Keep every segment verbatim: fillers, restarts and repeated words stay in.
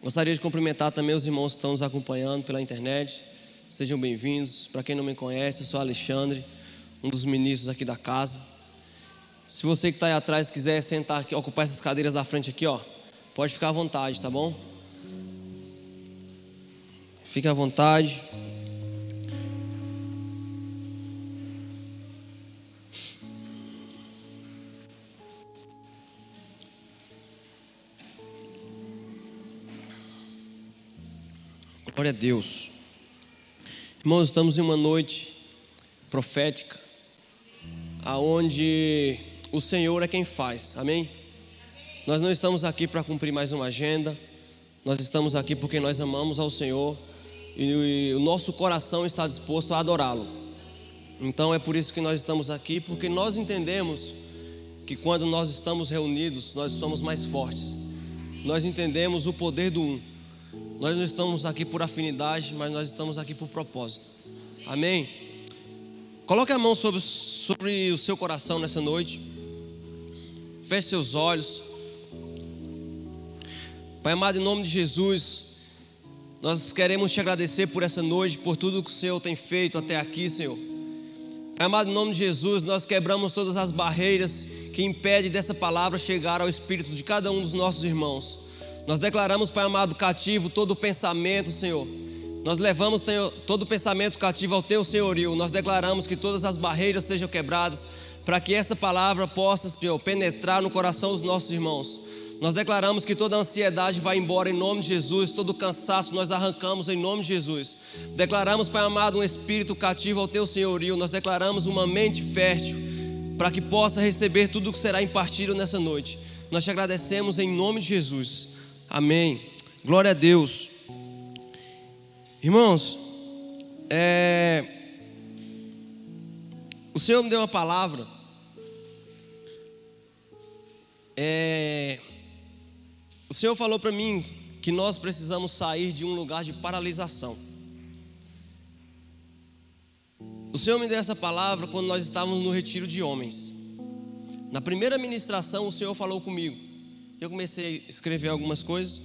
Gostaria de cumprimentar também os irmãos que estão nos acompanhando pela internet. Sejam bem-vindos. Para quem não me conhece, eu sou Alexandre, um dos ministros aqui da casa. Se você que está aí atrás quiser sentar aqui, ocupar essas cadeiras da frente aqui, ó, pode ficar à vontade, tá bom? Fique à vontade. Glória a Deus. Irmãos, estamos em uma noite profética, aonde o Senhor é quem faz, amém? Nós não estamos aqui para cumprir mais uma agenda, nós estamos aqui porque nós amamos ao Senhor e, e o nosso coração está disposto a adorá-lo. Então é por isso que nós estamos aqui, porque nós entendemos que quando nós estamos reunidos, nós somos mais fortes. Nós entendemos o poder do um. Nós não estamos aqui por afinidade, mas nós estamos aqui por propósito. Amém? Coloque a mão sobre, sobre o seu coração nessa noite. Feche seus olhos. Pai amado, em nome de Jesus, nós queremos te agradecer por essa noite, por tudo que o Senhor tem feito até aqui, Senhor. Pai amado, em nome de Jesus, nós quebramos todas as barreiras que impedem dessa palavra chegar ao espírito de cada um dos nossos irmãos. Nós declaramos, Pai amado, cativo todo o pensamento, Senhor. Nós levamos todo o pensamento cativo ao Teu senhorio. Nós declaramos que todas as barreiras sejam quebradas, para que essa palavra possa, Senhor, penetrar no coração dos nossos irmãos. Nós declaramos que toda a ansiedade vai embora em nome de Jesus. Todo o cansaço nós arrancamos em nome de Jesus. Declaramos, Pai amado, um espírito cativo ao Teu senhorio. Nós declaramos uma mente fértil, para que possa receber tudo o que será impartido nessa noite. Nós te agradecemos em nome de Jesus. Amém. Glória a Deus. Irmãos, é... o Senhor me deu uma palavra. É... O Senhor falou para mim que nós precisamos sair de um lugar de paralisação. O Senhor me deu essa palavra quando nós estávamos no retiro de homens. Na primeira ministração o Senhor falou comigo. Eu comecei a escrever algumas coisas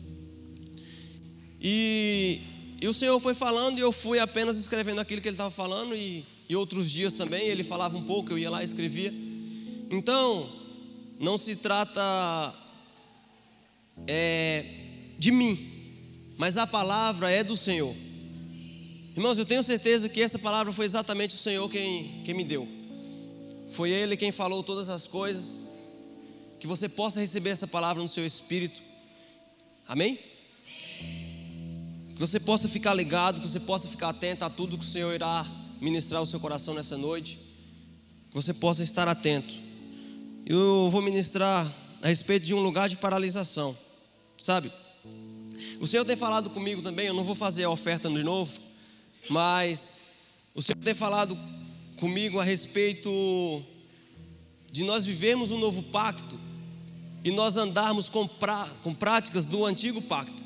e, e o Senhor foi falando e eu fui apenas escrevendo aquilo que Ele estava falando. E, e outros dias também Ele falava um pouco, eu ia lá e escrevia. Então não se trata é, de mim, mas a palavra é do Senhor. Irmãos, eu tenho certeza que essa palavra foi exatamente o Senhor quem, quem me deu. Foi Ele quem falou todas as coisas. Que você possa receber essa palavra no seu espírito. Amém? Que você possa ficar ligado, que você possa ficar atento a tudo que o Senhor irá ministrar ao seu coração nessa noite. Que você possa estar atento. Eu vou ministrar a respeito de um lugar de paralisação. Sabe? O Senhor tem falado comigo também. Eu não vou fazer a oferta de novo, mas o Senhor tem falado comigo a respeito de nós vivermos um novo pacto e nós andarmos com, pra, com práticas do antigo pacto.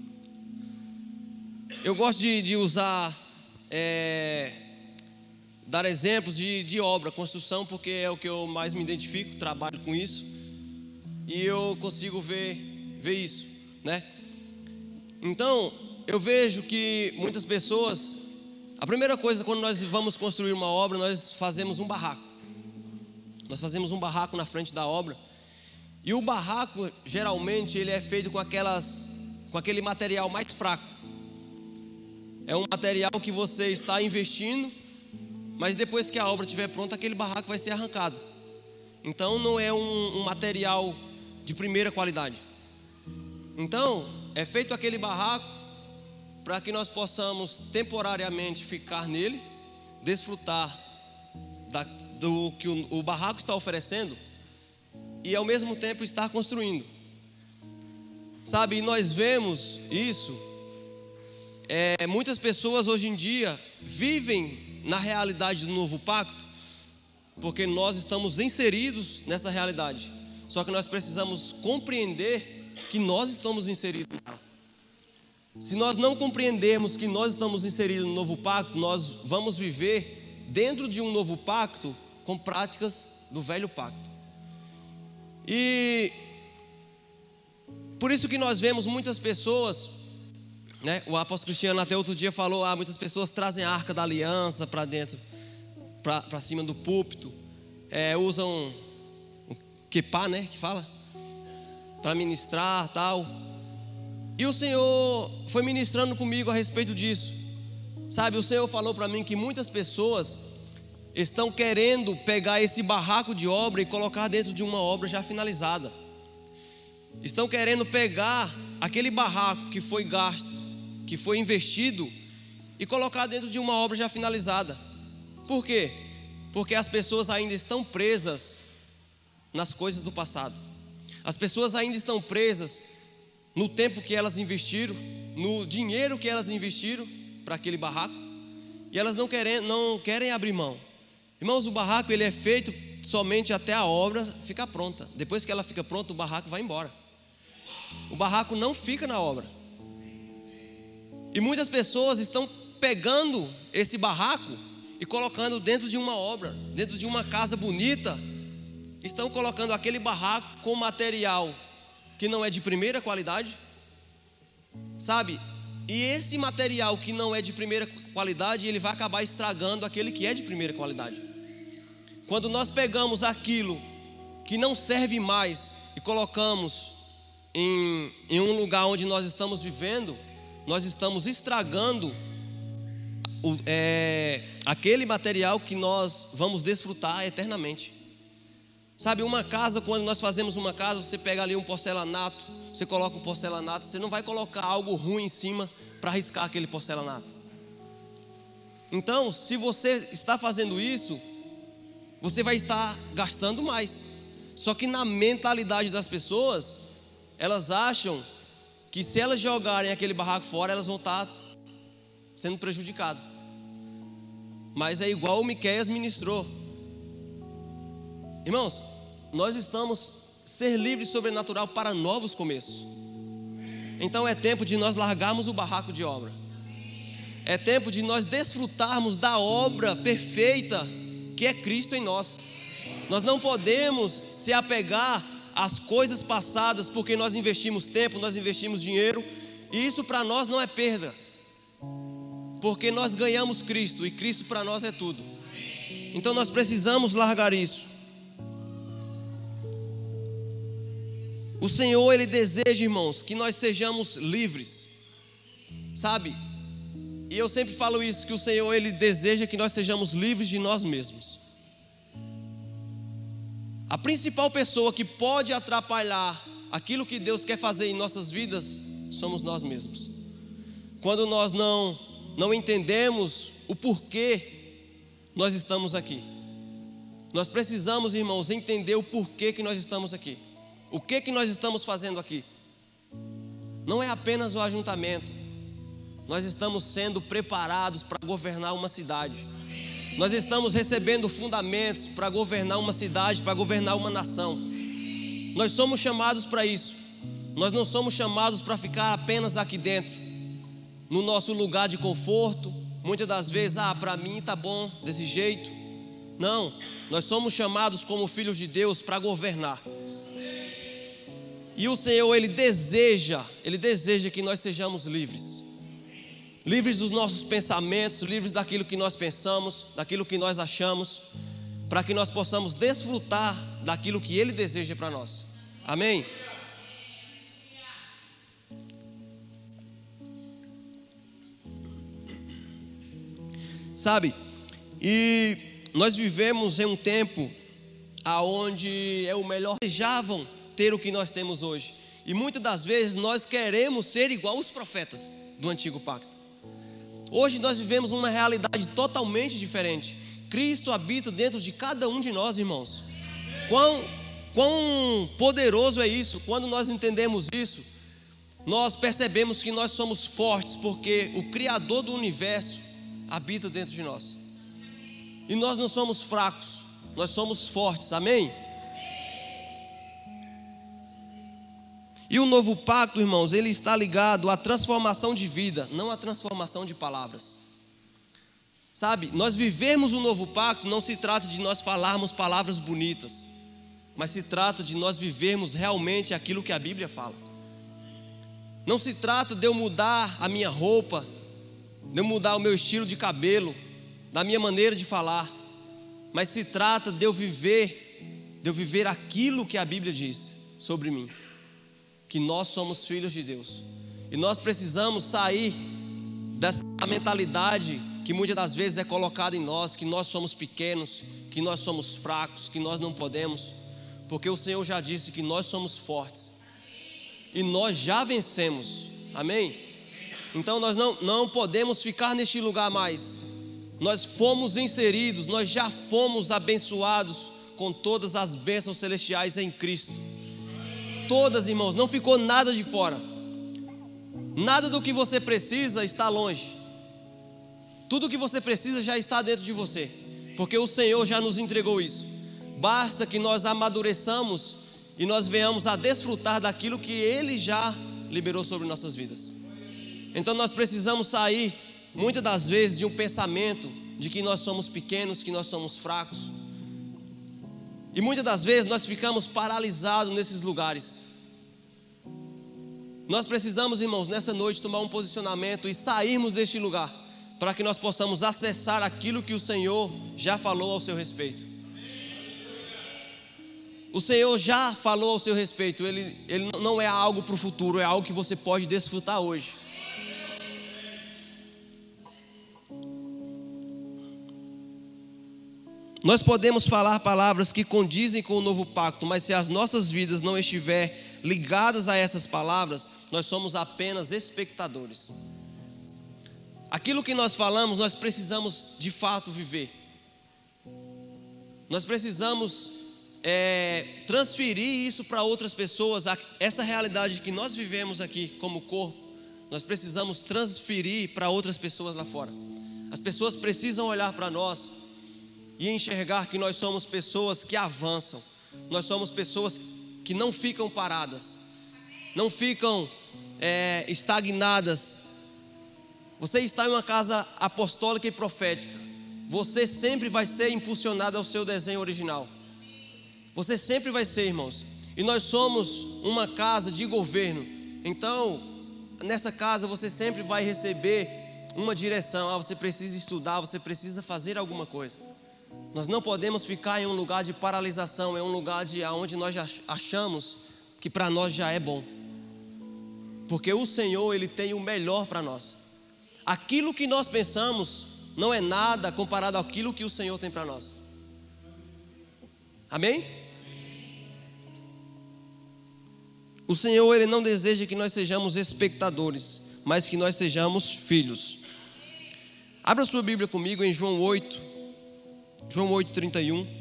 Eu gosto de, de usar, é, dar exemplos de, de obra, construção, porque é o que eu mais me identifico, trabalho com isso, e eu consigo ver, ver isso, né? Então, eu vejo que muitas pessoas, a primeira coisa quando nós vamos construir uma obra, nós fazemos um barraco. Nós fazemos um barraco na frente da obra. E o barraco, geralmente, ele é feito com, aquelas, com aquele material mais fraco. É um material que você está investindo, mas depois que a obra estiver pronta, aquele barraco vai ser arrancado. Então, não é um, um material de primeira qualidade. Então, é feito aquele barraco para que nós possamos temporariamente ficar nele, desfrutar da, do que o, o barraco está oferecendo, e ao mesmo tempo estar construindo. Sabe, e nós vemos isso, é, muitas pessoas hoje em dia vivem na realidade do novo pacto, porque nós estamos inseridos nessa realidade. Só que nós precisamos compreender que nós estamos inseridos nela. Se nós não compreendermos que nós estamos inseridos no novo pacto, nós vamos viver dentro de um novo pacto com práticas do velho pacto. E por isso que nós vemos muitas pessoas, né? O apóstolo Cristiano até outro dia falou, ah, muitas pessoas trazem a arca da aliança para dentro, para cima do púlpito, é, usam o quepá, né, que fala, para ministrar, tal. E o Senhor foi ministrando comigo a respeito disso. Sabe, o Senhor falou para mim que muitas pessoas estão querendo pegar esse barraco de obra e colocar dentro de uma obra já finalizada. Estão querendo pegar aquele barraco que foi gasto, que foi investido, e colocar dentro de uma obra já finalizada. Por quê? Porque as pessoas ainda estão presas nas coisas do passado. As pessoas ainda estão presas no tempo que elas investiram, no dinheiro que elas investiram para aquele barraco, e elas não querem, não querem abrir mão. Irmãos, o barraco ele é feito somente até a obra ficar pronta. Depois que ela fica pronta, o barraco vai embora. O barraco não fica na obra. E muitas pessoas estão pegando esse barraco e colocando dentro de uma obra, dentro de uma casa bonita. Estão colocando aquele barraco com material que não é de primeira qualidade, sabe? E esse material que não é de primeira qualidade, ele vai acabar estragando aquele que é de primeira qualidade. Quando nós pegamos aquilo que não serve mais e colocamos em, em um lugar onde nós estamos vivendo, nós estamos estragando o, é, aquele material que nós vamos desfrutar eternamente. Sabe, uma casa, quando nós fazemos uma casa, você pega ali um porcelanato, você coloca um porcelanato, você não vai colocar algo ruim em cima para riscar aquele porcelanato. Então, se você está fazendo isso, você vai estar gastando mais. Só que na mentalidade das pessoas, elas acham que se elas jogarem aquele barraco fora, elas vão estar sendo prejudicadas. Mas é igual o Miqueias ministrou. Irmãos, nós estamos ser livres sobrenatural para novos começos. Então é tempo de nós largarmos o barraco de obra. É tempo de nós desfrutarmos da obra perfeita que é Cristo em nós. Nós não podemos se apegar às coisas passadas, porque nós investimos tempo, nós investimos dinheiro, e isso para nós não é perda, porque nós ganhamos Cristo, e Cristo para nós é tudo. Então nós precisamos largar isso. O Senhor, Ele deseja, irmãos, que nós sejamos livres, sabe? E eu sempre falo isso, que o Senhor, Ele deseja que nós sejamos livres de nós mesmos. A principal pessoa que pode atrapalhar aquilo que Deus quer fazer em nossas vidas, somos nós mesmos. Quando nós não, não entendemos o porquê nós estamos aqui. Nós precisamos, irmãos, entender o porquê que nós estamos aqui. O que que nós estamos fazendo aqui? Não é apenas o ajuntamento. Nós estamos sendo preparados para governar uma cidade. Nós estamos recebendo fundamentos para governar uma cidade, para governar uma nação. Nós somos chamados para isso. Nós não somos chamados para ficar apenas aqui dentro, no nosso lugar de conforto. Muitas das vezes, ah, para mim está bom desse jeito. Não, nós somos chamados como filhos de Deus para governar. E o Senhor, Ele deseja, Ele deseja que nós sejamos livres. Livres dos nossos pensamentos, livres daquilo que nós pensamos, daquilo que nós achamos, para que nós possamos desfrutar daquilo que Ele deseja para nós. Amém? Sabe, e nós vivemos em um tempo aonde é o melhor, desejavam ter o que nós temos hoje. E muitas das vezes nós queremos ser igual os profetas do antigo pacto. Hoje nós vivemos uma realidade totalmente diferente. Cristo habita dentro de cada um de nós, irmãos. Quão, quão poderoso é isso? Quando nós entendemos isso, nós percebemos que nós somos fortes, porque o Criador do universo habita dentro de nós. E nós não somos fracos, nós somos fortes, amém? E o novo pacto, irmãos, ele está ligado à transformação de vida, não à transformação de palavras. Sabe, nós vivemos o novo pacto, não se trata de nós falarmos palavras bonitas, mas se trata de nós vivermos realmente aquilo que a Bíblia fala. Não se trata de eu mudar a minha roupa, de eu mudar o meu estilo de cabelo, da minha maneira de falar, mas se trata de eu viver, de eu viver aquilo que a Bíblia diz sobre mim, que nós somos filhos de Deus, e nós precisamos sair dessa mentalidade que muitas das vezes é colocada em nós, que nós somos pequenos, que nós somos fracos, que nós não podemos, porque o Senhor já disse que nós somos fortes, e nós já vencemos, amém? Então nós não, não podemos ficar neste lugar mais. Nós fomos inseridos, nós já fomos abençoados com todas as bênçãos celestiais em Cristo. Todas, irmãos, não ficou nada de fora. Nada do que você precisa está longe. Tudo que você precisa já está dentro de você, porque o Senhor já nos entregou isso. Basta que nós amadureçamos e nós venhamos a desfrutar daquilo que Ele já liberou sobre nossas vidas. Então nós precisamos sair, muitas das vezes, de um pensamento de que nós somos pequenos, que nós somos fracos. E muitas das vezes nós ficamos paralisados nesses lugares. Nós precisamos, irmãos, nessa noite tomar um posicionamento e sairmos deste lugar, para que nós possamos acessar aquilo que o Senhor já falou ao seu respeito. O Senhor já falou ao seu respeito. Ele, ele não é algo para o futuro, é algo que você pode desfrutar hoje. Nós podemos falar palavras que condizem com o novo pacto, mas se as nossas vidas não estiverem ligadas a essas palavras, nós somos apenas espectadores. Aquilo que nós falamos, nós precisamos de fato viver. Nós precisamos é, transferir isso para outras pessoas. Essa realidade que nós vivemos aqui como corpo, nós precisamos transferir para outras pessoas lá fora. As pessoas precisam olhar para nós e enxergar que nós somos pessoas que avançam. Nós somos pessoas que não ficam paradas, não ficam é, estagnadas. Você está em uma casa apostólica e profética, você sempre vai ser impulsionado ao seu desenho original. Você sempre vai ser, irmãos. E nós somos uma casa de governo. Então, nessa casa você sempre vai receber uma direção. Ah, você precisa estudar, você precisa fazer alguma coisa. Nós não podemos ficar em um lugar de paralisação, em um lugar de onde nós achamos que para nós já é bom. Porque o Senhor, Ele tem o melhor para nós. Aquilo que nós pensamos não é nada comparado àquilo que o Senhor tem para nós. Amém? O Senhor, Ele não deseja que nós sejamos espectadores, mas que nós sejamos filhos. Abra sua Bíblia comigo em João oito, João oito, trinta e um.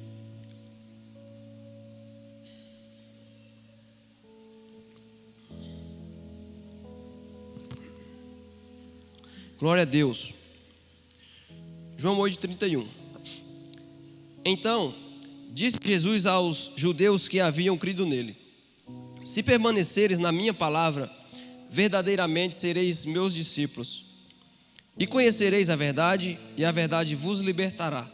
Glória a Deus. João oito, trinta e um. Então, disse Jesus aos judeus que haviam crido nele: se permaneceres na minha palavra, verdadeiramente sereis meus discípulos, e conhecereis a verdade, e a verdade vos libertará.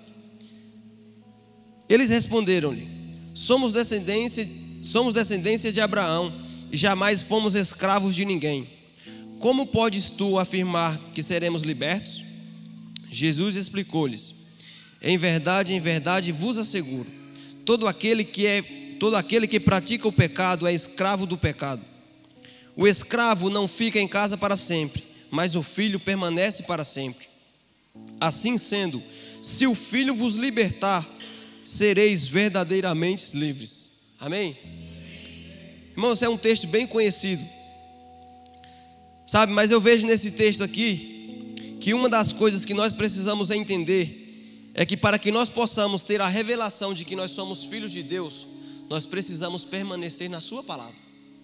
Eles responderam-lhe: somos descendência, somos descendência de Abraão, e jamais fomos escravos de ninguém. Como podes tu afirmar que seremos libertos? Jesus explicou-lhes: em verdade, em verdade vos asseguro, todo aquele que é, todo aquele que pratica o pecado é escravo do pecado. O escravo não fica em casa para sempre, mas o filho permanece para sempre. Assim sendo, se o filho vos libertar, sereis verdadeiramente livres. Amém? Irmãos, é um texto bem conhecido, sabe, mas eu vejo nesse texto aqui que uma das coisas que nós precisamos entender é que para que nós possamos ter a revelação de que nós somos filhos de Deus, nós precisamos permanecer na sua palavra.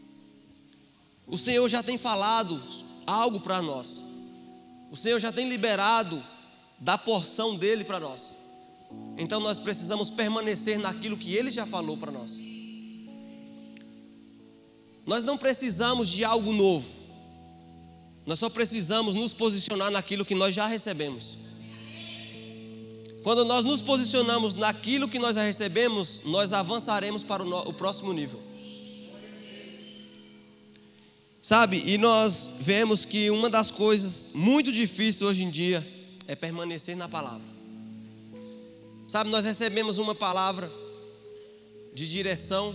O Senhor já tem falado algo para nós. O Senhor já tem liberado da porção dele para nós. Então nós precisamos permanecer naquilo que Ele já falou para nós. Nós não precisamos de algo novo. Nós só precisamos nos posicionar naquilo que nós já recebemos. Quando nós nos posicionamos naquilo que nós já recebemos, nós avançaremos para o, no, o próximo nível. Sabe, e nós vemos que uma das coisas muito difíceis hoje em dia é permanecer na palavra. Sabe, nós recebemos uma palavra de direção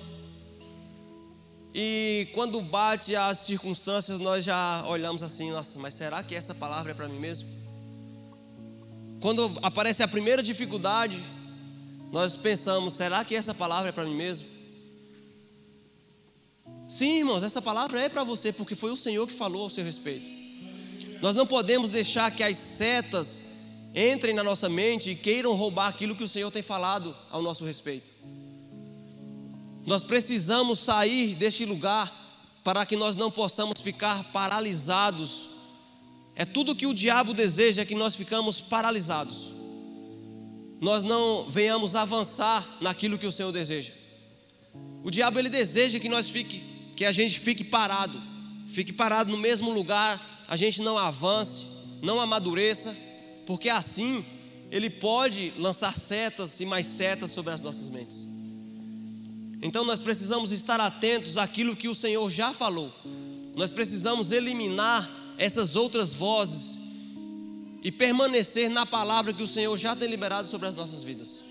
e quando bate as circunstâncias nós já olhamos assim, nossa, mas será que essa palavra é para mim mesmo? Quando aparece a primeira dificuldade, nós pensamos, será que essa palavra é para mim mesmo? Sim, irmãos, essa palavra é para você, porque foi o Senhor que falou ao seu respeito. Nós não podemos deixar que as setas entrem na nossa mente e queiram roubar aquilo que o Senhor tem falado ao nosso respeito. Nós precisamos sair deste lugar para que nós não possamos ficar paralisados. É tudo que o diabo deseja, é que nós ficamos paralisados. Nós não venhamos avançar naquilo que o Senhor deseja. O diabo, ele deseja que nós fique, que a gente fique parado, fique parado no mesmo lugar, a gente não avance, não amadureça, porque assim ele pode lançar setas e mais setas sobre as nossas mentes. Então nós precisamos estar atentos àquilo que o Senhor já falou. Nós precisamos eliminar essas outras vozes e permanecer na palavra que o Senhor já tem liberado sobre as nossas vidas.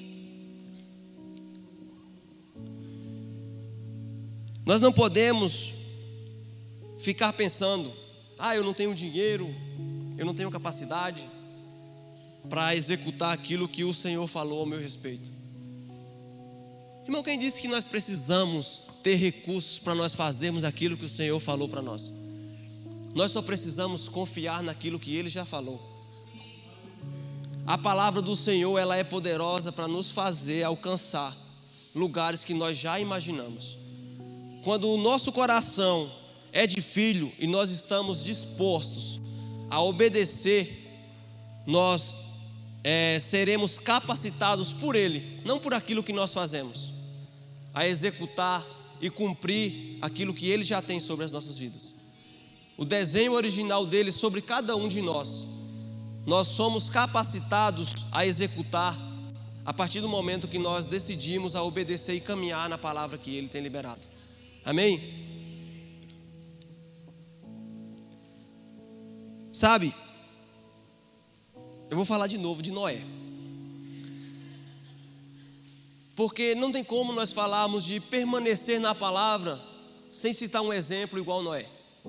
Nós não podemos ficar pensando, ah, eu não tenho dinheiro, eu não tenho capacidade para executar aquilo que o Senhor falou ao meu respeito. Irmão, quem disse que nós precisamos ter recursos para nós fazermos aquilo que o Senhor falou para nós? Nós só precisamos confiar naquilo que Ele já falou. A palavra do Senhor, ela é poderosa para nos fazer alcançar lugares que nós já imaginamos. Quando o nosso coração é de filho e nós estamos dispostos a obedecer, nós é, seremos capacitados por Ele, não por aquilo que nós fazemos, a executar e cumprir aquilo que Ele já tem sobre as nossas vidas. O desenho original dele sobre cada um de nós, nós somos capacitados a executar a partir do momento que nós decidimos a obedecer e caminhar na palavra que Ele tem liberado. Amém? Sabe, eu vou falar de novo de Noé, porque não tem como nós falarmos de permanecer na palavra sem citar um exemplo igual Noé.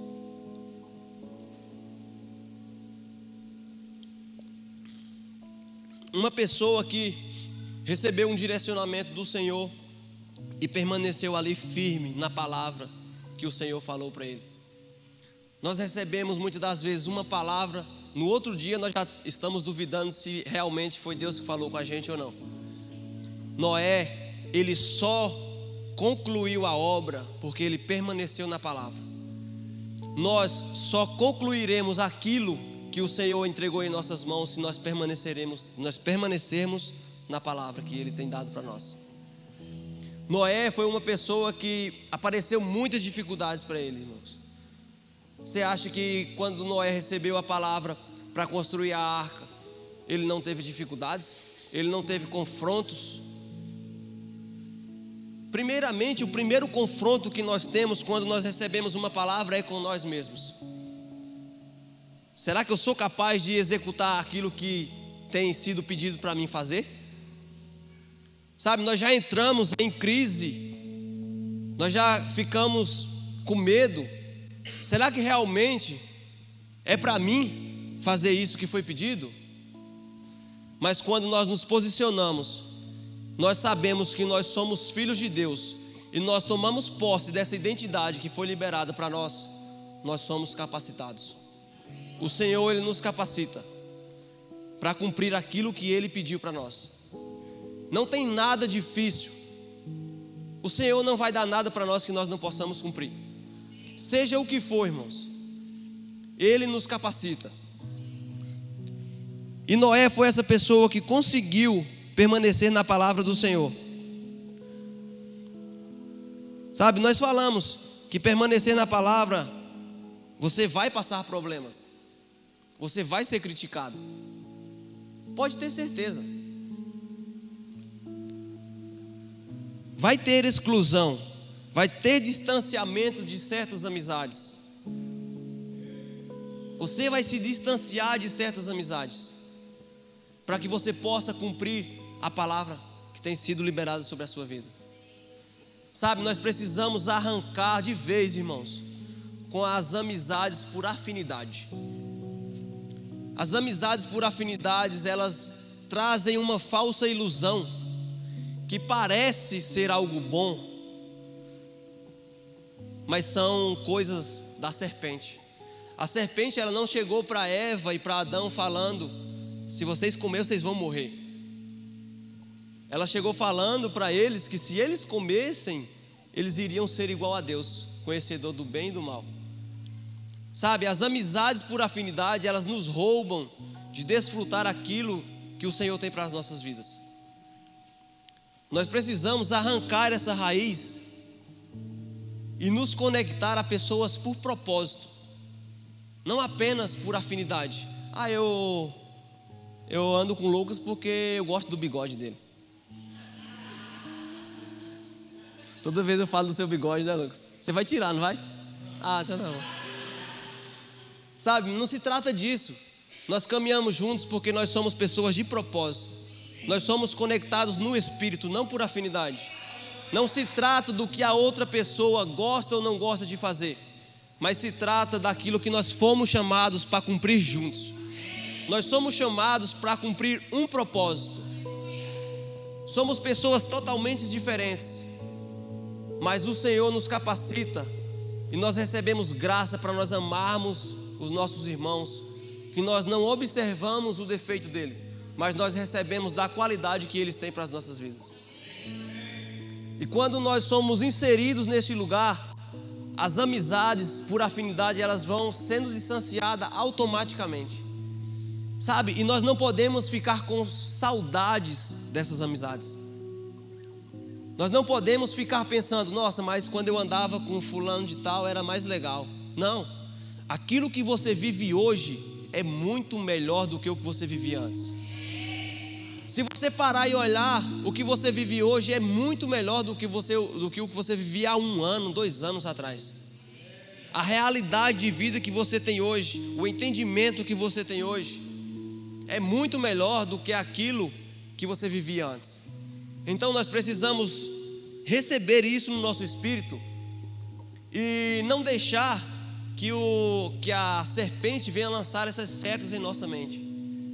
Uma pessoa que recebeu um direcionamento do Senhor e permaneceu ali firme na palavra que o Senhor falou para ele. Nós recebemos muitas das vezes uma palavra, no outro dia nós já estamos duvidando se realmente foi Deus que falou com a gente ou não. Noé, ele só concluiu a obra porque ele permaneceu na palavra. Nós só concluiremos aquilo que o Senhor entregou em nossas mãos se nós permaneceremos, nós permanecermos na palavra que Ele tem dado para nós. Noé foi uma pessoa que apareceu muitas dificuldades para ele, irmãos. Você acha que quando Noé recebeu a palavra para construir a arca, ele não teve dificuldades? Ele não teve confrontos? Primeiramente, o primeiro confronto que nós temos quando nós recebemos uma palavra é com nós mesmos. Será que eu sou capaz de executar aquilo que tem sido pedido para mim fazer? Sabe, nós já entramos em crise, nós já ficamos com medo. Será que realmente é para mim fazer isso que foi pedido? Mas quando nós nos posicionamos, nós sabemos que nós somos filhos de Deus e nós tomamos posse dessa identidade que foi liberada para nós, nós somos capacitados. O Senhor, Ele nos capacita para cumprir aquilo que Ele pediu para nós. Não tem nada difícil. O Senhor não vai dar nada para nós que nós não possamos cumprir. Seja o que for, irmãos, Ele nos capacita. E Noé foi essa pessoa que conseguiu permanecer na palavra do Senhor. Sabe, nós falamos que permanecer na palavra, você vai passar problemas. Você vai ser criticado. Pode ter certeza. Vai ter exclusão. Vai ter distanciamento de certas amizades. Você vai se distanciar de certas amizades, para que você possa cumprir a palavra que tem sido liberada sobre a sua vida. Sabe, nós precisamos arrancar de vez, irmãos, com as amizades por afinidade. As amizades por afinidades, elas trazem uma falsa ilusão, que parece ser algo bom, mas são coisas da serpente. A serpente, ela não chegou para Eva e para Adão falando: se vocês comerem, vocês vão morrer. Ela chegou falando para eles que se eles comessem, eles iriam ser igual a Deus, conhecedor do bem e do mal. Sabe, as amizades por afinidade, elas nos roubam de desfrutar aquilo que o Senhor tem para as nossas vidas. Nós precisamos arrancar essa raiz e nos conectar a pessoas por propósito, não apenas por afinidade. Ah, eu, eu ando com o Lucas porque eu gosto do bigode dele. Toda vez eu falo do seu bigode, né, Lucas? Você vai tirar, não vai? Ah, então tá bom. Sabe, não se trata disso. Nós caminhamos juntos porque nós somos pessoas de propósito. Nós somos conectados no Espírito, não por afinidade. Não se trata do que a outra pessoa gosta ou não gosta de fazer, mas se trata daquilo que nós fomos chamados para cumprir juntos. Nós somos chamados para cumprir um propósito. Somos pessoas totalmente diferentes, mas o Senhor nos capacita e nós recebemos graça para nós amarmos os nossos irmãos, que nós não observamos o defeito dele, mas nós recebemos da qualidade que eles têm para as nossas vidas. E quando nós somos inseridos nesse lugar, as amizades por afinidade, elas vão sendo distanciadas automaticamente, sabe? E nós não podemos ficar com saudades dessas amizades. Nós não podemos ficar pensando: nossa, mas quando eu andava com fulano de tal era mais legal. Não, aquilo que você vive hoje é muito melhor do que o que você vivia antes. Se você parar e olhar, o que você vive hoje é muito melhor do que, você, do que o que você vivia há um ano, dois anos atrás. A realidade de vida que você tem hoje, o entendimento que você tem hoje, é muito melhor do que aquilo que você vivia antes. Então nós precisamos receber isso no nosso espírito e não deixar que, o, que a serpente venha lançar essas setas em nossa mente.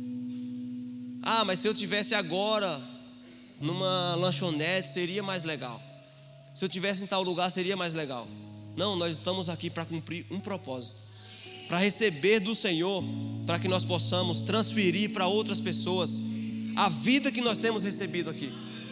Ah, mas se eu tivesse agora numa lanchonete seria mais legal. Se eu tivesse em tal lugar seria mais legal. Não, nós estamos aqui para cumprir um propósito, para receber do Senhor, para que nós possamos transferir para outras pessoas a vida que nós temos recebido aqui.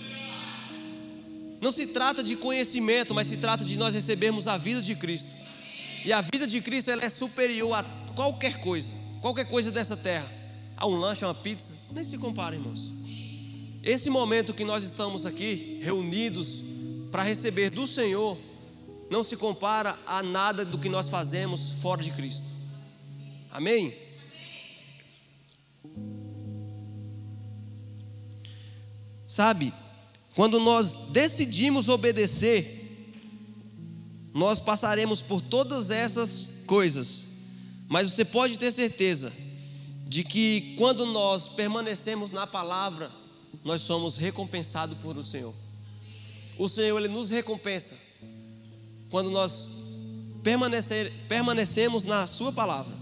Não se trata de conhecimento, mas se trata de nós recebermos a vida de Cristo. E a vida de Cristo, ela é superior a qualquer coisa, qualquer coisa dessa terra. A um lanche, a uma pizza, nem se compara, irmãos. Esse momento que nós estamos aqui reunidos para receber do Senhor não se compara a nada do que nós fazemos fora de Cristo. Amém? Sabe, quando nós decidimos obedecer, nós passaremos por todas essas coisas, mas você pode ter certeza de que quando nós permanecemos na palavra, nós somos recompensados por o Senhor. O Senhor, Ele nos recompensa quando nós permanecer, permanecemos na sua palavra.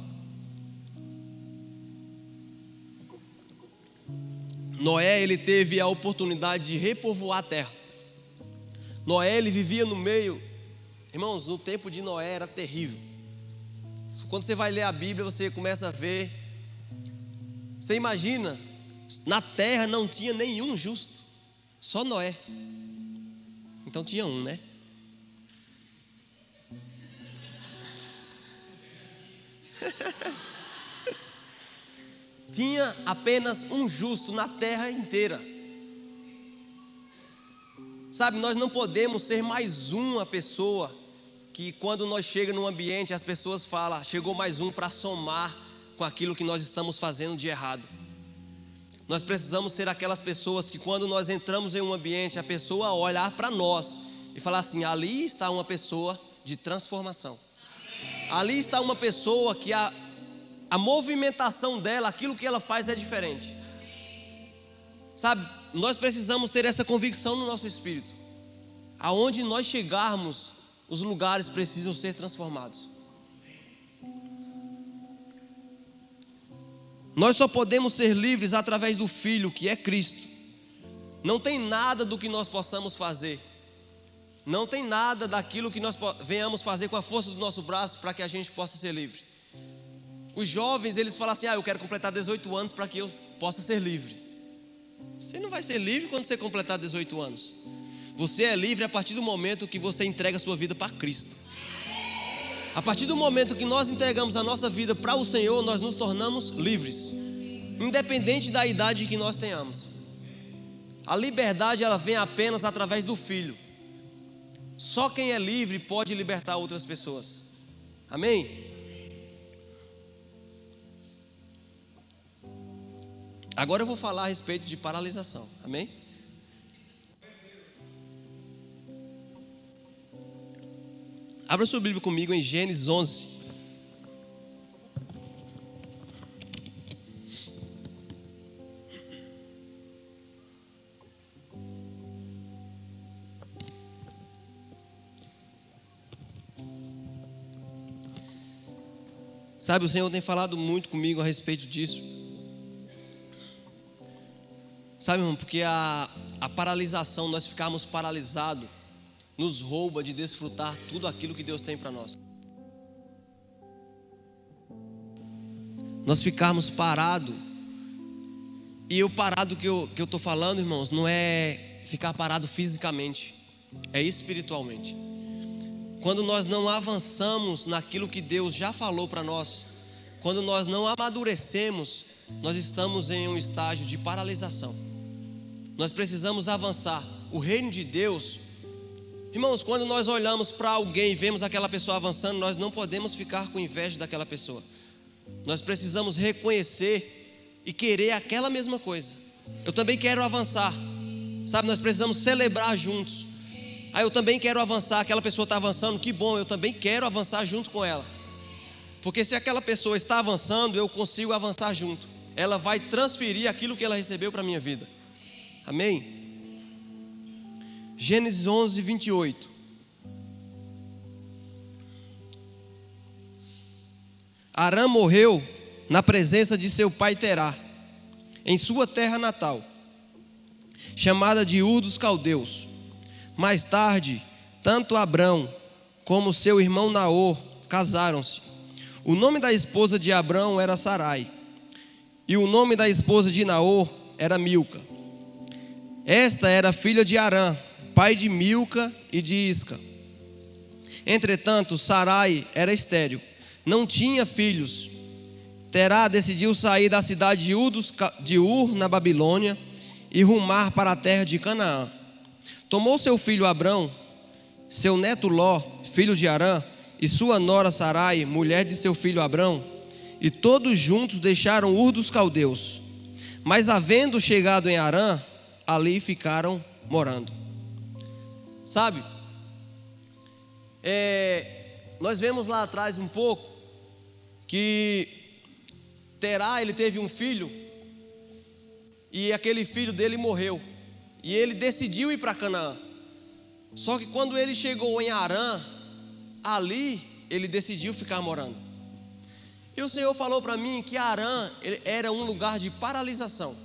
Noé, ele teve a oportunidade de repovoar a terra. Noé, ele vivia no meio, irmãos, no tempo de Noé era terrível. Quando você vai ler a Bíblia, você começa a ver. Você imagina, na terra não tinha nenhum justo, só Noé. Então tinha um, né? Tinha apenas um justo na terra inteira. Sabe, nós não podemos ser mais uma pessoa que quando nós chegamos num ambiente as pessoas falam: chegou mais um para somar com aquilo que nós estamos fazendo de errado. Nós precisamos ser aquelas pessoas que quando nós entramos em um ambiente, a pessoa olhar para nós e falar assim: ali está uma pessoa de transformação. Ali está uma pessoa que a, a movimentação dela, aquilo que ela faz é diferente. Sabe, nós precisamos ter essa convicção no nosso espírito. Aonde nós chegarmos, os lugares precisam ser transformados. Nós só podemos ser livres através do Filho, que é Cristo. Não tem nada do que nós possamos fazer. Não tem nada daquilo que nós venhamos fazer com a força do nosso braço para que a gente possa ser livre. Os jovens, eles falam assim: ah, eu quero completar dezoito anos para que eu possa ser livre. Você não vai ser livre quando você completar dezoito anos. Você é livre a partir do momento que você entrega a sua vida para Cristo. A partir do momento que nós entregamos a nossa vida para o Senhor, nós nos tornamos livres, independente da idade que nós tenhamos. A liberdade, ela vem apenas através do Filho. Só quem é livre pode libertar outras pessoas. Amém? Agora eu vou falar a respeito de paralisação. Amém? Abra sua Bíblia comigo em Gênesis onze. Sabe, o Senhor tem falado muito comigo a respeito disso. Sabe, irmão, porque a, a paralisação, nós ficarmos paralisados, nos rouba de desfrutar tudo aquilo que Deus tem para nós. Nós ficarmos parados, e o parado que eu que eu estou falando, irmãos, não é ficar parado fisicamente, é espiritualmente. Quando nós não avançamos naquilo que Deus já falou para nós, quando nós não amadurecemos, nós estamos em um estágio de paralisação. Nós precisamos avançar. O reino de Deus, irmãos, quando nós olhamos para alguém e vemos aquela pessoa avançando, nós não podemos ficar com inveja daquela pessoa. Nós precisamos reconhecer e querer aquela mesma coisa. Eu também quero avançar. Sabe, nós precisamos celebrar juntos. Ah, eu também quero avançar, aquela pessoa está avançando, que bom, eu também quero avançar junto com ela. Porque se aquela pessoa está avançando, eu consigo avançar junto. Ela vai transferir aquilo que ela recebeu para a minha vida. Amém? Gênesis onze, vinte e oito. Arã morreu na presença de seu pai Terá, em sua terra natal, chamada de Ur dos Caldeus. Mais tarde, tanto Abrão como seu irmão Naor casaram-se. O nome da esposa de Abrão era Sarai, e o nome da esposa de Naor era Milca. Esta era filha de Arã, pai de Milca e de Isca. Entretanto, Sarai era estéril, não tinha filhos. Terá decidiu sair da cidade de Ur, dos, de Ur na Babilônia, e rumar para a terra de Canaã. Tomou seu filho Abrão, seu neto Ló, filho de Arã, e sua nora Sarai, mulher de seu filho Abrão, e todos juntos deixaram Ur dos Caldeus. Mas havendo chegado em Arã, ali ficaram morando. Sabe, é, nós vemos lá atrás um pouco que Terá, ele teve um filho, e aquele filho dele morreu. E ele decidiu ir para Canaã. Só que quando ele chegou em Arã, ali ele decidiu ficar morando. E o Senhor falou para mim que Arã era um lugar de paralisação.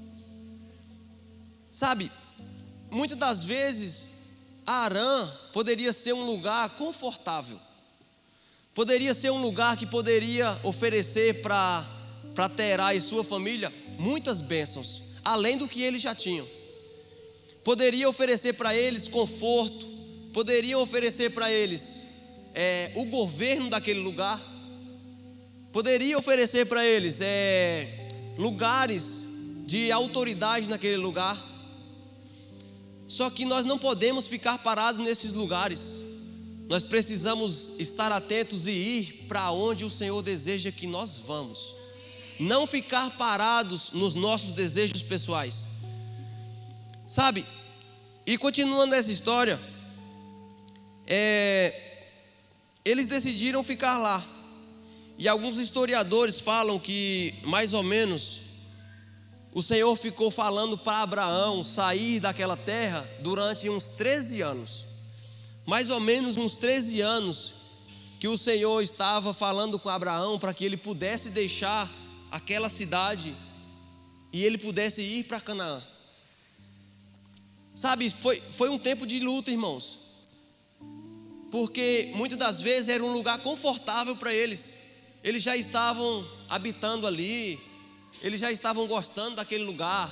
Sabe, muitas das vezes Arã poderia ser um lugar confortável. Poderia ser um lugar que poderia oferecer para para Terá e sua família muitas bênçãos, além do que eles já tinham. Poderia oferecer para eles conforto, poderia oferecer para eles é, o governo daquele lugar, poderia oferecer para eles é, lugares de autoridade naquele lugar. Só que nós não podemos ficar parados nesses lugares. Nós precisamos estar atentos e ir para onde o Senhor deseja que nós vamos. Não ficar parados nos nossos desejos pessoais. Sabe, e continuando essa história, é, eles decidiram ficar lá. E alguns historiadores falam que, mais ou menos, o Senhor ficou falando para Abraão sair daquela terra durante uns treze anos. Mais ou menos uns treze anos que o Senhor estava falando com Abraão para que ele pudesse deixar aquela cidade e ele pudesse ir para Canaã. Sabe, foi, foi um tempo de luta, irmãos, porque muitas das vezes era um lugar confortável para eles. Eles já estavam habitando ali, eles já estavam gostando daquele lugar.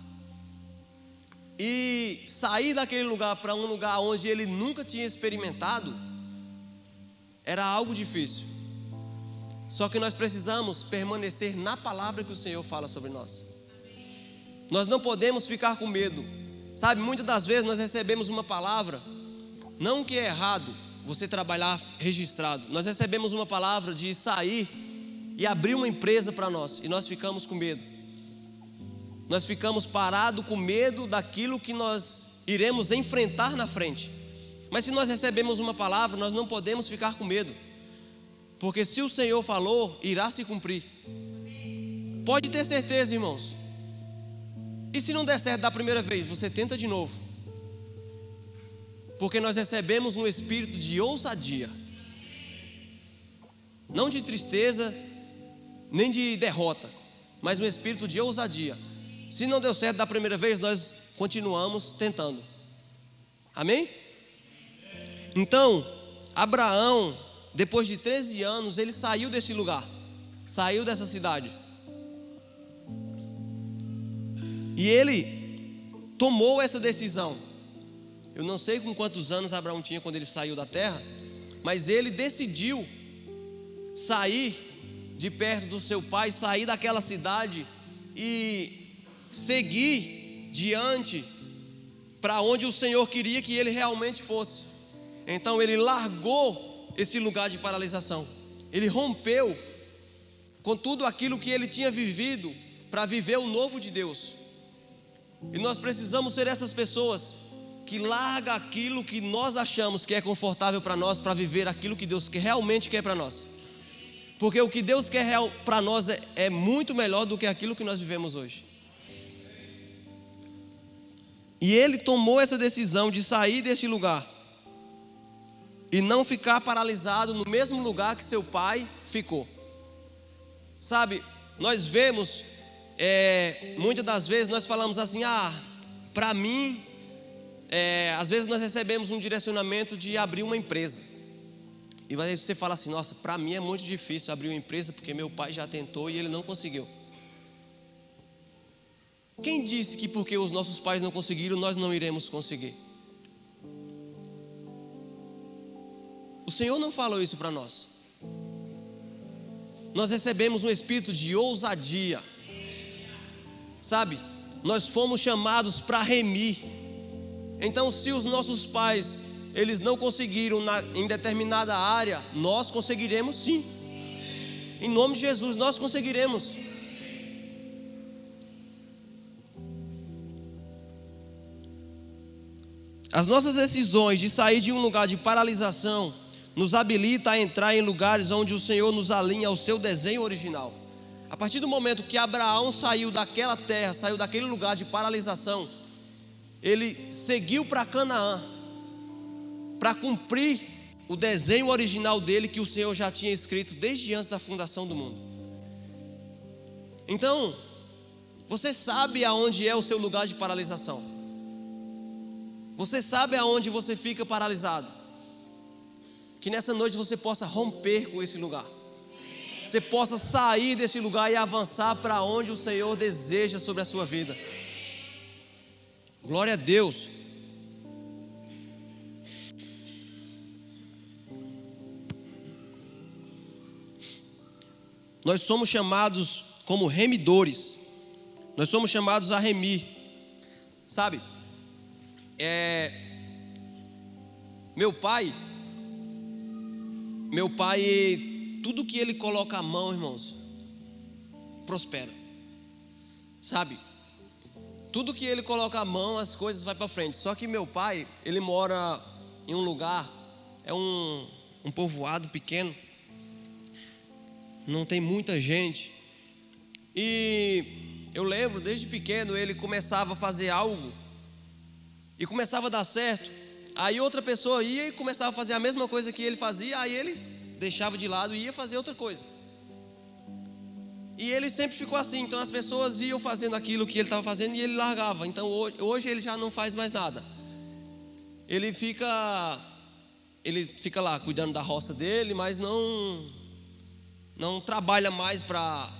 E sair daquele lugar para um lugar onde ele nunca tinha experimentado era algo difícil. Só que nós precisamos permanecer na palavra que o Senhor fala sobre nós. Nós não podemos ficar com medo. Sabe, muitas das vezes nós recebemos uma palavra, não que é errado você trabalhar registrado. Nós recebemos uma palavra de sair e abrir uma empresa para nós, e nós ficamos com medo. Nós ficamos parados com medo daquilo que nós iremos enfrentar na frente. Mas se nós recebemos uma palavra, nós não podemos ficar com medo, porque se o Senhor falou, irá se cumprir. Pode ter certeza, irmãos. E se não der certo da primeira vez, você tenta de novo, porque nós recebemos um espírito de ousadia, não de tristeza, nem de derrota, mas um espírito de ousadia. Se não deu certo da primeira vez, nós continuamos tentando. Amém? Então, Abraão, depois de treze anos, ele saiu desse lugar, saiu dessa cidade. E ele tomou essa decisão. Eu não sei com quantos anos Abraão tinha quando ele saiu da terra, mas ele decidiu sair de perto do seu pai, sair daquela cidade e seguir diante para onde o Senhor queria que ele realmente fosse. Então ele largou esse lugar de paralisação. Ele rompeu com tudo aquilo que ele tinha vivido para viver o novo de Deus. E nós precisamos ser essas pessoas que largam aquilo que nós achamos que é confortável para nós, para viver aquilo que Deus realmente quer para nós. Porque o que Deus quer para nós é, é muito melhor do que aquilo que nós vivemos hoje. E ele tomou essa decisão de sair desse lugar e não ficar paralisado no mesmo lugar que seu pai ficou. Sabe, nós vemos, é, muitas das vezes nós falamos assim, ah, para mim, é, às vezes nós recebemos um direcionamento de abrir uma empresa. E aí você fala assim, nossa, para mim é muito difícil abrir uma empresa, porque meu pai já tentou e ele não conseguiu. Quem disse que porque os nossos pais não conseguiram, nós não iremos conseguir? O Senhor não falou isso para nós. Nós recebemos um espírito de ousadia. Sabe, nós fomos chamados para remir. Então, se os nossos pais, eles não conseguiram na, em determinada área, nós conseguiremos sim. Em nome de Jesus, nós conseguiremos. As nossas decisões de sair de um lugar de paralisação nos habilita a entrar em lugares onde o Senhor nos alinha ao seu desenho original. A partir do momento que Abraão saiu daquela terra, saiu daquele lugar de paralisação, ele seguiu para Canaã, para cumprir o desenho original dele que o Senhor já tinha escrito desde antes da fundação do mundo. Então, você sabe aonde é o seu lugar de paralisação. Você sabe aonde você fica paralisado. Que nessa noite você possa romper com esse lugar. Você possa sair desse lugar e avançar para onde o Senhor deseja sobre a sua vida. Glória a Deus. Nós somos chamados como remidores. Nós somos chamados a remir. Sabe? É, meu pai, meu pai, tudo que ele coloca a mão, irmãos, prospera. Sabe? Tudo que ele coloca a mão, as coisas vai para frente. Só que meu pai, ele mora em um lugar, é um, um povoado pequeno. não tem muita gente. E eu lembro, desde pequeno, ele começava a fazer algo e começava a dar certo. Aí outra pessoa ia e começava a fazer a mesma coisa que ele fazia, aí ele deixava de lado e ia fazer outra coisa. E ele sempre ficou assim. Então as pessoas iam fazendo aquilo que ele estava fazendo e ele largava. Então hoje ele já não faz mais nada. Ele fica, ele fica lá cuidando da roça dele, mas não, não trabalha mais para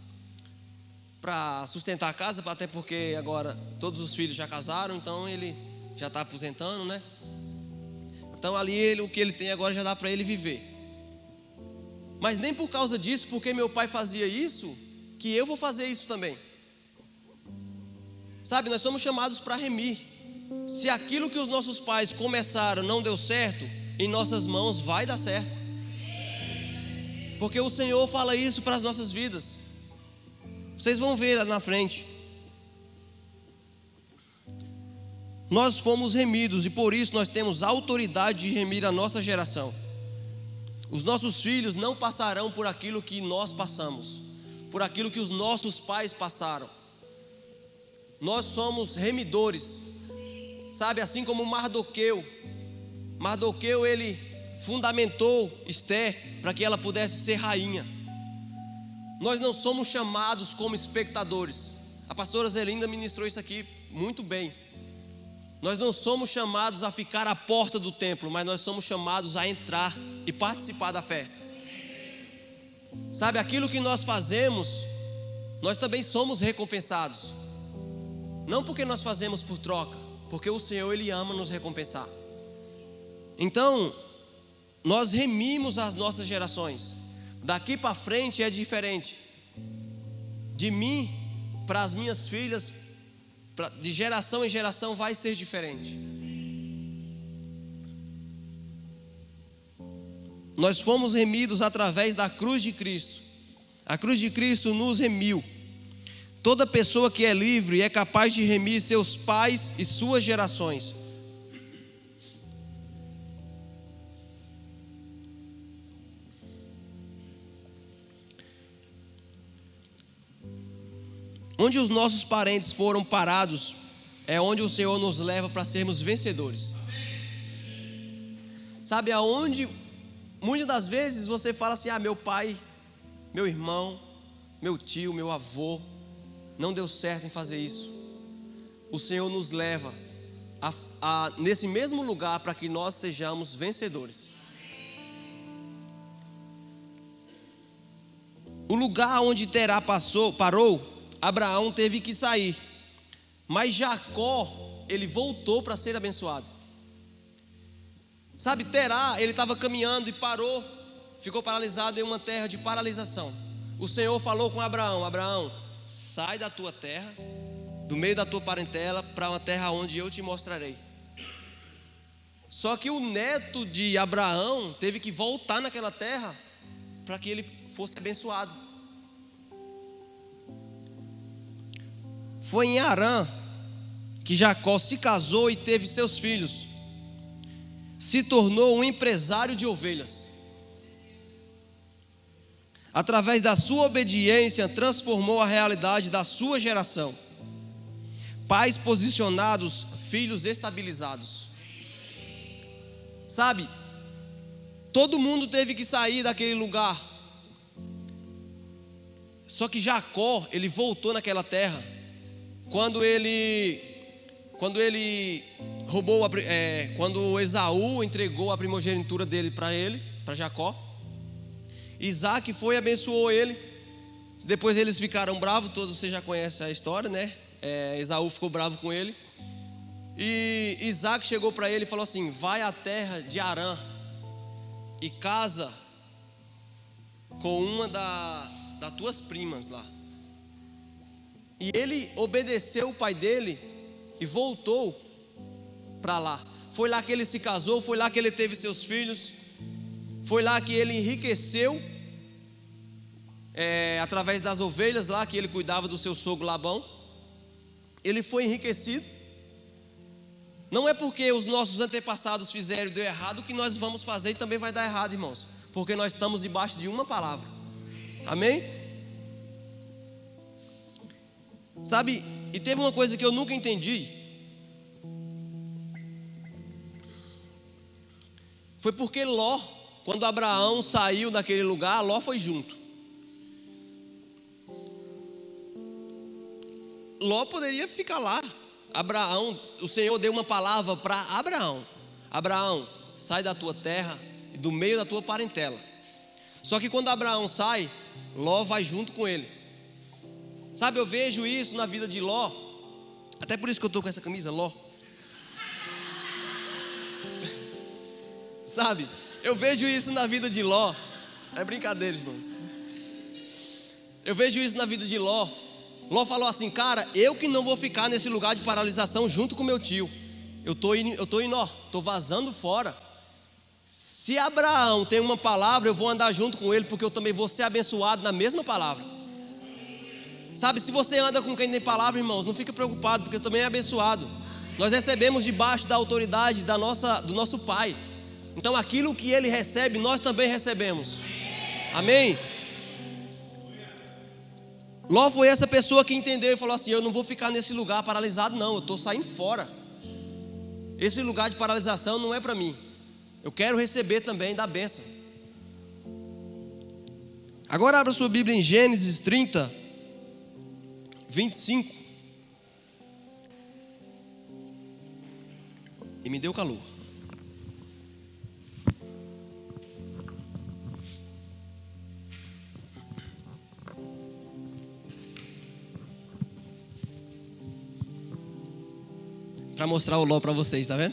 para sustentar a casa, até porque agora todos os filhos já casaram, então ele já está aposentando, né? Então ali ele, o que ele tem agora já dá para ele viver. Mas nem por causa disso, porque meu pai fazia isso, que eu vou fazer isso também. Sabe, nós somos chamados para remir. Se aquilo que os nossos pais começaram não deu certo, em nossas mãos vai dar certo. Porque o Senhor fala isso para as nossas vidas. Vocês vão ver lá na frente. Nós fomos remidos e por isso nós temos autoridade de remir a nossa geração. Os nossos filhos não passarão por aquilo que nós passamos, por aquilo que os nossos pais passaram. Nós somos remidores. Sabe, assim como Mardoqueu. Mardoqueu, ele fundamentou Esther para que ela pudesse ser rainha. Nós não somos chamados como espectadores. A pastora Zelinda ministrou isso aqui muito bem. Nós não somos chamados a ficar à porta do templo, mas nós somos chamados a entrar e participar da festa. Sabe, aquilo que nós fazemos, nós também somos recompensados. Não porque nós fazemos por troca, porque o Senhor, Ele ama nos recompensar. Então, nós remimos as nossas gerações. Daqui para frente é diferente. De mim para as minhas filhas, pra, de geração em geração vai ser diferente. Nós fomos remidos através da cruz de Cristo. A cruz de Cristo nos remiu. Toda pessoa que é livre é capaz de remir seus pais e suas gerações. Onde os nossos parentes foram parados, é onde o Senhor nos leva para sermos vencedores. Sabe, aonde muitas das vezes você fala assim: ah, meu pai, meu irmão, meu tio, meu avô não deu certo em fazer isso. O Senhor nos leva a, a, nesse mesmo lugar para que nós sejamos vencedores. O lugar onde Terá passou, parou, Abraão teve que sair, mas Jacó, ele voltou para ser abençoado. Sabe, Terá, ele estava caminhando e parou, ficou paralisado em uma terra de paralisação. O Senhor falou com Abraão: Abraão, sai da tua terra, do meio da tua parentela, para uma terra onde eu te mostrarei. Só que o neto de Abraão teve que voltar naquela terra para que ele fosse abençoado. Foi em Harã que Jacó se casou e teve seus filhos. Se tornou um empresário de ovelhas. Através da sua obediência, transformou a realidade da sua geração. Pais posicionados, filhos estabilizados. Sabe, todo mundo teve que sair daquele lugar. Só que Jacó, ele voltou naquela terra. Quando ele, quando ele roubou, é, quando Esaú entregou a primogenitura dele para ele, para Jacó, Isaac foi e abençoou ele. Depois eles ficaram bravos, todos vocês já conhecem a história, né? É, Esaú ficou bravo com ele. E Isaac chegou para ele e falou assim: vai à terra de Harã e casa com uma da, das tuas primas lá. E ele obedeceu o pai dele e voltou para lá. Foi lá que ele se casou, foi lá que ele teve seus filhos, foi lá que ele enriqueceu, é, através das ovelhas lá que ele cuidava do seu sogro Labão. Ele foi enriquecido. Não é porque os nossos antepassados fizeram e deu errado que nós vamos fazer e também vai dar errado, irmãos, porque nós estamos debaixo de uma palavra. Amém? Sabe, e teve uma coisa que eu nunca entendi. Foi porque Ló, quando Abraão saiu daquele lugar, Ló foi junto. Ló poderia ficar lá. Abraão, o Senhor deu uma palavra para Abraão: Abraão, sai da tua terra e do meio da tua parentela. Só que quando Abraão sai, Ló vai junto com ele. Sabe, eu vejo isso na vida de Ló. Até por isso que eu estou com essa camisa, Ló. Sabe, eu vejo isso na vida de Ló. É brincadeira, irmãos. Eu vejo isso na vida de Ló. Ló falou assim: cara, eu que não vou ficar nesse lugar de paralisação junto com meu tio. Eu estou indo, eu tô indo, ó, estou vazando fora. Se Abraão tem uma palavra, eu vou andar junto com ele, porque eu também vou ser abençoado na mesma palavra. Sabe, se você anda com quem tem palavra, irmãos, não fica preocupado, porque também é abençoado. Nós recebemos debaixo da autoridade da nossa, do nosso Pai. Então aquilo que Ele recebe, nós também recebemos. Amém? Ló foi essa pessoa que entendeu e falou assim: eu não vou ficar nesse lugar paralisado não, eu estou saindo fora. Esse lugar de paralisação não é para mim. Eu quero receber também da bênção. Agora abra sua Bíblia em Gênesis trinta, vinte e cinco. E me deu calor. Para mostrar o Ló para vocês, tá vendo?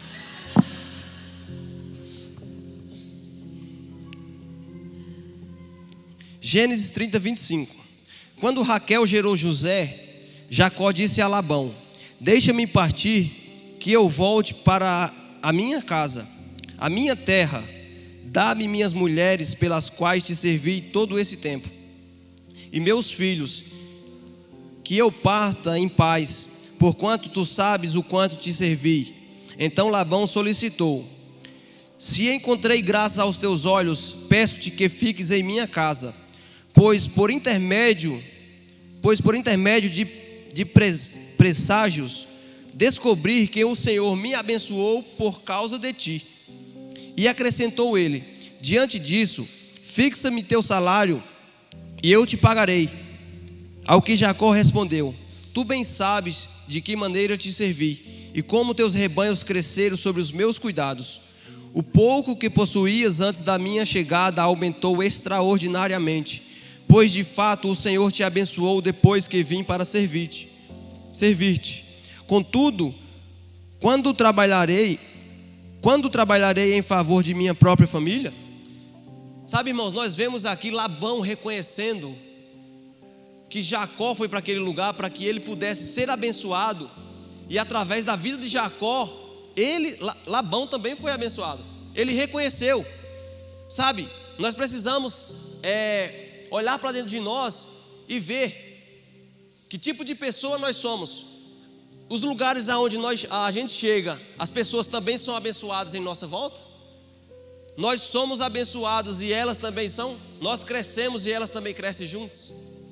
Gênesis trinta, vinte e cinco. Quando Raquel gerou José, Jacó disse a Labão: deixa-me partir, que eu volte para a minha casa, a minha terra. Dá-me minhas mulheres, pelas quais te servi todo esse tempo, e meus filhos, que eu parta em paz, porquanto tu sabes o quanto te servi. Então Labão solicitou: se encontrei graça aos teus olhos, peço-te que fiques em minha casa, pois por intermédio, pois por intermédio de, de presságios, descobrir que o Senhor me abençoou por causa de ti. E acrescentou ele: diante disso, fixa-me teu salário, e eu te pagarei. Ao que Jacó respondeu: tu bem sabes de que maneira te servi, e como teus rebanhos cresceram sobre os meus cuidados. O pouco que possuías antes da minha chegada aumentou extraordinariamente, pois de fato o Senhor te abençoou depois que vim para servir-te. Servir-te. Contudo, quando trabalharei, quando trabalharei em favor de minha própria família? Sabe, irmãos, nós vemos aqui Labão reconhecendo que Jacó foi para aquele lugar para que ele pudesse ser abençoado, e através da vida de Jacó, ele, Labão também foi abençoado. Ele reconheceu. Sabe, nós precisamos é, olhar para dentro de nós e ver que tipo de pessoa nós somos. Os lugares aonde nós, a gente chega, as pessoas também são abençoadas em nossa volta. Nós somos abençoados e elas também são. Nós crescemos e elas também crescem juntos.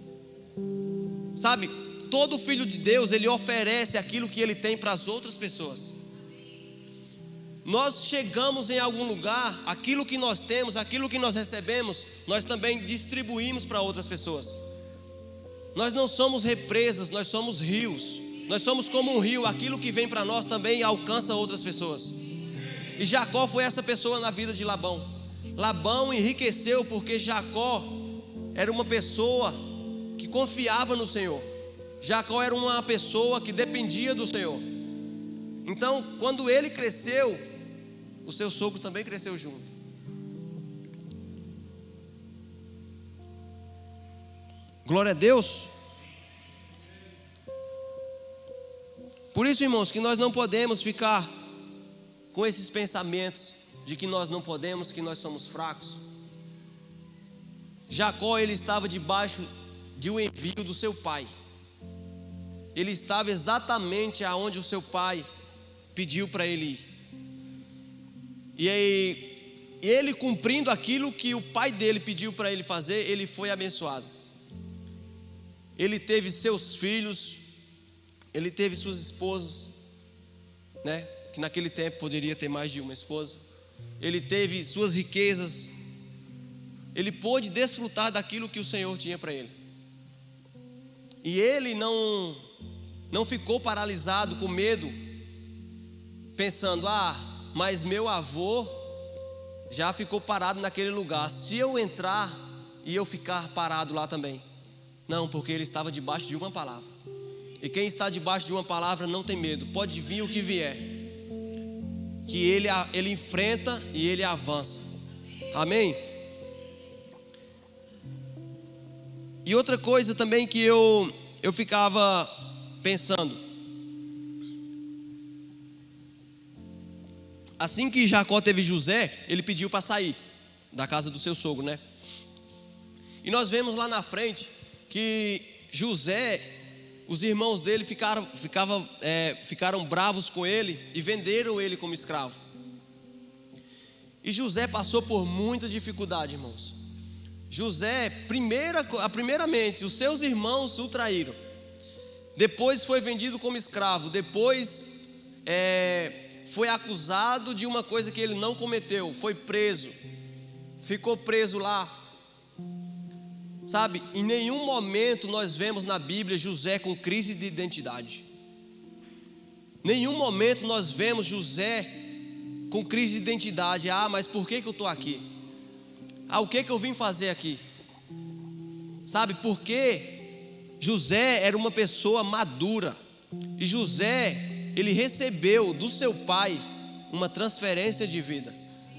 Sabe, todo filho de Deus, ele oferece aquilo que ele tem para as outras pessoas. Nós chegamos em algum lugar, aquilo que nós temos, aquilo que nós recebemos, nós também distribuímos para outras pessoas. Nós não somos represas, nós somos rios. Nós somos como um rio, aquilo que vem para nós também alcança outras pessoas. E Jacó foi essa pessoa na vida de Labão. Labão enriqueceu porque Jacó era uma pessoa que confiava no Senhor. Jacó era uma pessoa que dependia do Senhor. Então, quando ele cresceu, o seu sogro também cresceu junto. Glória a Deus. Por isso, irmãos, que nós não podemos ficar com esses pensamentos de que nós não podemos, que nós somos fracos. Jacó, ele estava debaixo de um envio do seu pai. Ele estava exatamente aonde o seu pai pediu para ele ir. E aí, ele cumprindo aquilo que o pai dele pediu para ele fazer, ele foi abençoado. Ele teve seus filhos, ele teve suas esposas, né? Que naquele tempo poderia ter mais de uma esposa. Ele teve suas riquezas. Ele pôde desfrutar daquilo que o Senhor tinha para ele. E ele não, não ficou paralisado com medo, pensando: ah, mas meu avô já ficou parado naquele lugar, se eu entrar e eu ficar parado lá também. Não, porque ele estava debaixo de uma palavra. E quem está debaixo de uma palavra não tem medo, pode vir o que vier, que ele, ele enfrenta e ele avança. Amém? E outra coisa também que eu, eu ficava pensando: assim que Jacó teve José, ele pediu para sair da casa do seu sogro, né? E nós vemos lá na frente que José, os irmãos dele ficaram, ficavam, é, ficaram bravos com ele e venderam ele como escravo. E José passou por muita dificuldade, irmãos. José, primeira, primeiramente, os seus irmãos o traíram. Depois foi vendido como escravo. Depois é, foi acusado de uma coisa que ele não cometeu. Foi preso. Ficou preso lá. Sabe, em nenhum momento nós vemos na Bíblia José com crise de identidade. Nenhum momento nós vemos José com crise de identidade. Ah, mas por que que eu estou aqui? Ah, o que que eu vim fazer aqui? Sabe, porque José era uma pessoa madura. E José, ele recebeu do seu pai uma transferência de vida.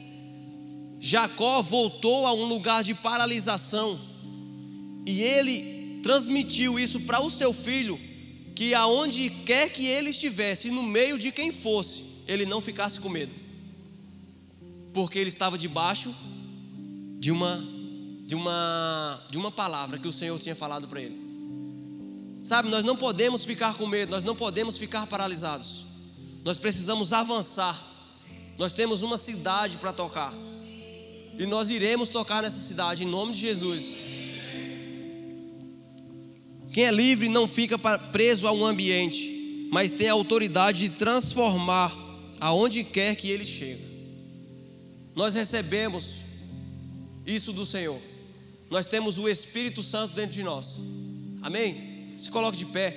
Jacó voltou a um lugar de paralisação. E ele transmitiu isso para o seu filho, que aonde quer que ele estivesse, no meio de quem fosse, ele não ficasse com medo, porque ele estava debaixo de uma, de uma, de uma palavra que o Senhor tinha falado para ele. Sabe, nós não podemos ficar com medo, nós não podemos ficar paralisados. Nós precisamos avançar. Nós temos uma cidade para tocar, e nós iremos tocar nessa cidade em nome de Jesus. Quem é livre não fica preso a um ambiente, mas tem a autoridade de transformar aonde quer que ele chega. Nós recebemos isso do Senhor. Nós temos o Espírito Santo dentro de nós. Amém? Se coloque de pé.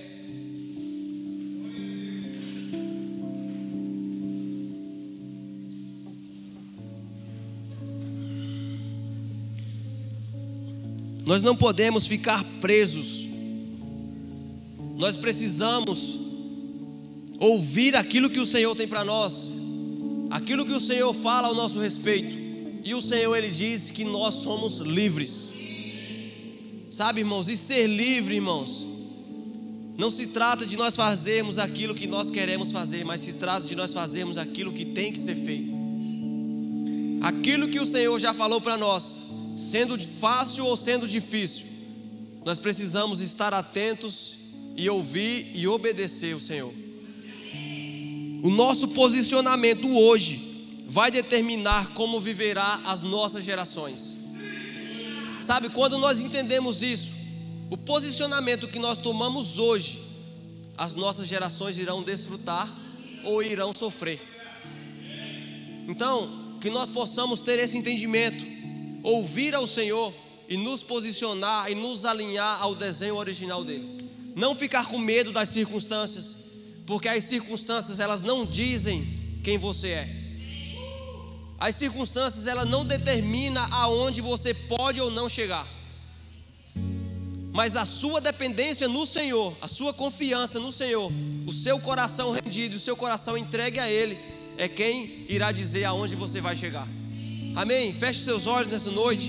Nós não podemos ficar presos. Nós precisamos ouvir aquilo que o Senhor tem para nós, aquilo que o Senhor fala ao nosso respeito. E o Senhor, Ele diz que nós somos livres. Sabe, irmãos, e ser livre, irmãos, não se trata de nós fazermos aquilo que nós queremos fazer, mas se trata de nós fazermos aquilo que tem que ser feito. Aquilo que o Senhor já falou para nós, sendo fácil ou sendo difícil, nós precisamos estar atentos e ouvir e obedecer o Senhor. O nosso posicionamento hoje vai determinar como viverá as nossas gerações. Sabe, quando nós entendemos isso, o posicionamento que nós tomamos hoje, as nossas gerações irão desfrutar ou irão sofrer. Então, que nós possamos ter esse entendimento, ouvir ao Senhor e nos posicionar e nos alinhar ao desenho original dele. Não ficar com medo das circunstâncias, porque as circunstâncias, elas não dizem quem você é. As circunstâncias, elas não determinam aonde você pode ou não chegar. Mas a sua dependência no Senhor, a sua confiança no Senhor, o seu coração rendido, o seu coração entregue a Ele, é quem irá dizer aonde você vai chegar. Amém? Feche seus olhos nessa noite.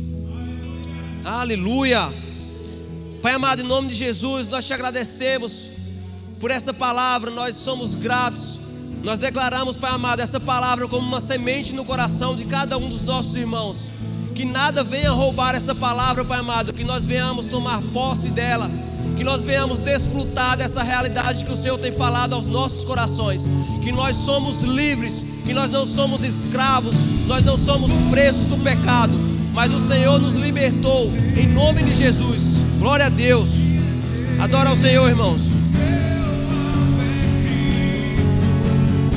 Aleluia. Pai amado, em nome de Jesus, nós te agradecemos por essa palavra, nós somos gratos. Nós declaramos, Pai amado, essa palavra como uma semente no coração de cada um dos nossos irmãos. Que nada venha roubar essa palavra, Pai amado, que nós venhamos tomar posse dela, que que nós venhamos desfrutar dessa realidade que o Senhor tem falado aos nossos corações, que nós somos livres, que nós não somos escravos, nós não somos presos do pecado, mas o Senhor nos libertou, em nome de Jesus. Glória a Deus. Adora ao Senhor, irmãos.